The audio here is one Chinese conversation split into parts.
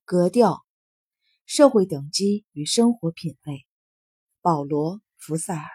格调、社会等级与生活品味，保罗·福塞尔。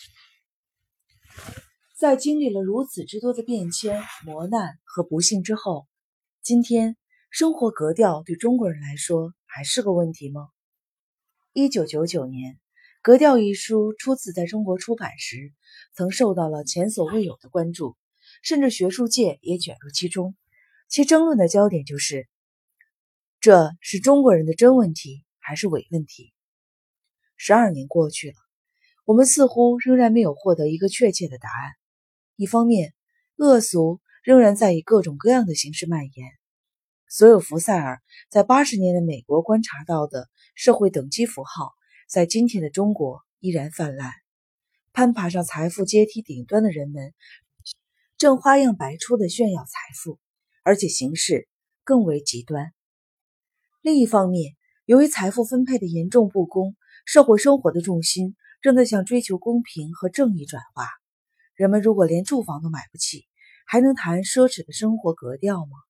在经历了如此之多的变迁、磨难和不幸之后，今天生活格调对中国人来说还是个问题吗？1999年，《格调》一书初次在中国出版时，曾受到了前所未有的关注，甚至学术界也卷入其中。其争论的焦点就是：这是中国人的真问题还是伪问题？12年过去了，我们似乎仍然没有获得一个确切的答案。一方面，恶俗仍然在以各种各样的形式蔓延。所有福塞尔在80年的美国观察到的社会等级符号，在今天的中国依然泛滥。攀爬上财富阶梯顶端的人们，正花样百出地炫耀财富，而且形式更为极端。另一方面，由于财富分配的严重不公，社会生活的重心正在向追求公平和正义转化。人们如果连住房都买不起，还能谈奢侈的生活格调吗？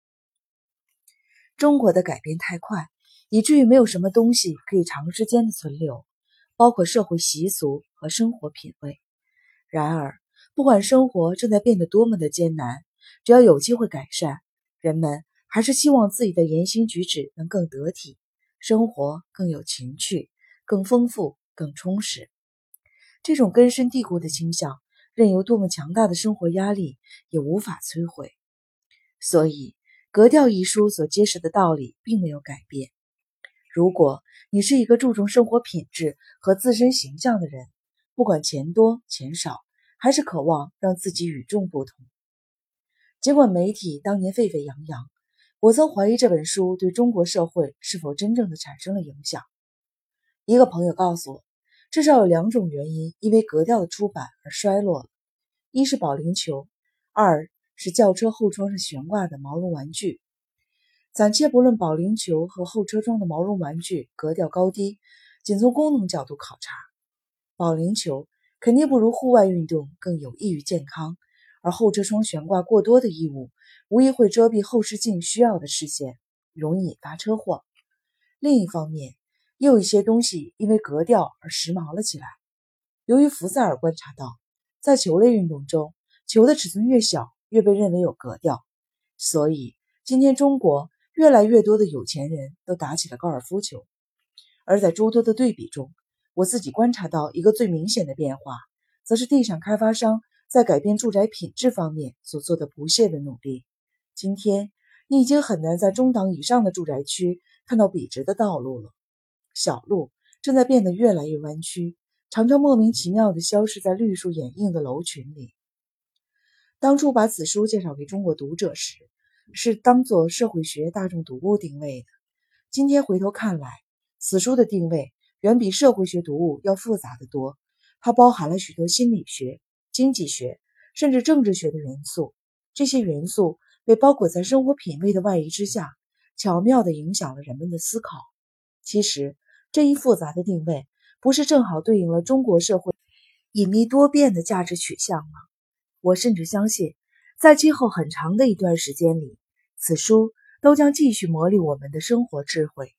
中国的改变太快，以至于没有什么东西可以长时间的存留，包括社会习俗和生活品味。然而，不管生活正在变得多么的艰难，只要有机会改善，人们还是希望自己的言行举止能更得体，生活更有情趣，更丰富，更充实。这种根深蒂固的倾向，任由多么强大的生活压力也无法摧毁。所以，《格调》一书所揭示的道理并没有改变。如果你是一个注重生活品质和自身形象的人，不管钱多钱少，还是渴望让自己与众不同。尽管媒体当年沸沸扬扬，我曾怀疑这本书对中国社会是否真正的产生了影响。一个朋友告诉我，至少有2种原因因为《格调》的出版而衰落了：一是保龄球，二是轿车后窗上悬挂的毛绒玩具。暂且不论保龄球和后车窗的毛绒玩具格调高低，仅从功能角度考察，保龄球肯定不如户外运动更有益于健康，而后车窗悬挂过多的衣物，无疑会遮蔽后视镜需要的视线，容易引发车祸。另一方面，也有一些东西因为格调而时髦了起来。由于福塞尔观察到，在球类运动中，球的尺寸越小越被认为有格调，所以今天中国越来越多的有钱人都打起了高尔夫球。而在诸多的对比中，我自己观察到一个最明显的变化，则是地产开发商在改变住宅品质方面所做的不懈的努力。今天你已经很难在中档以上的住宅区看到笔直的道路了，小路正在变得越来越弯曲，常常莫名其妙地消失在绿树掩映的楼群里。当初把此书介绍给中国读者时，是当作社会学大众读物定位的。今天回头看来，此书的定位远比社会学读物要复杂得多，它包含了许多心理学、经济学甚至政治学的元素。这些元素被包裹在生活品味的外衣之下，巧妙地影响了人们的思考。其实，这一复杂的定位不是正好对应了中国社会隐秘多变的价值取向吗？我甚至相信，在今后很长的一段时间里，此书都将继续磨砺我们的生活智慧。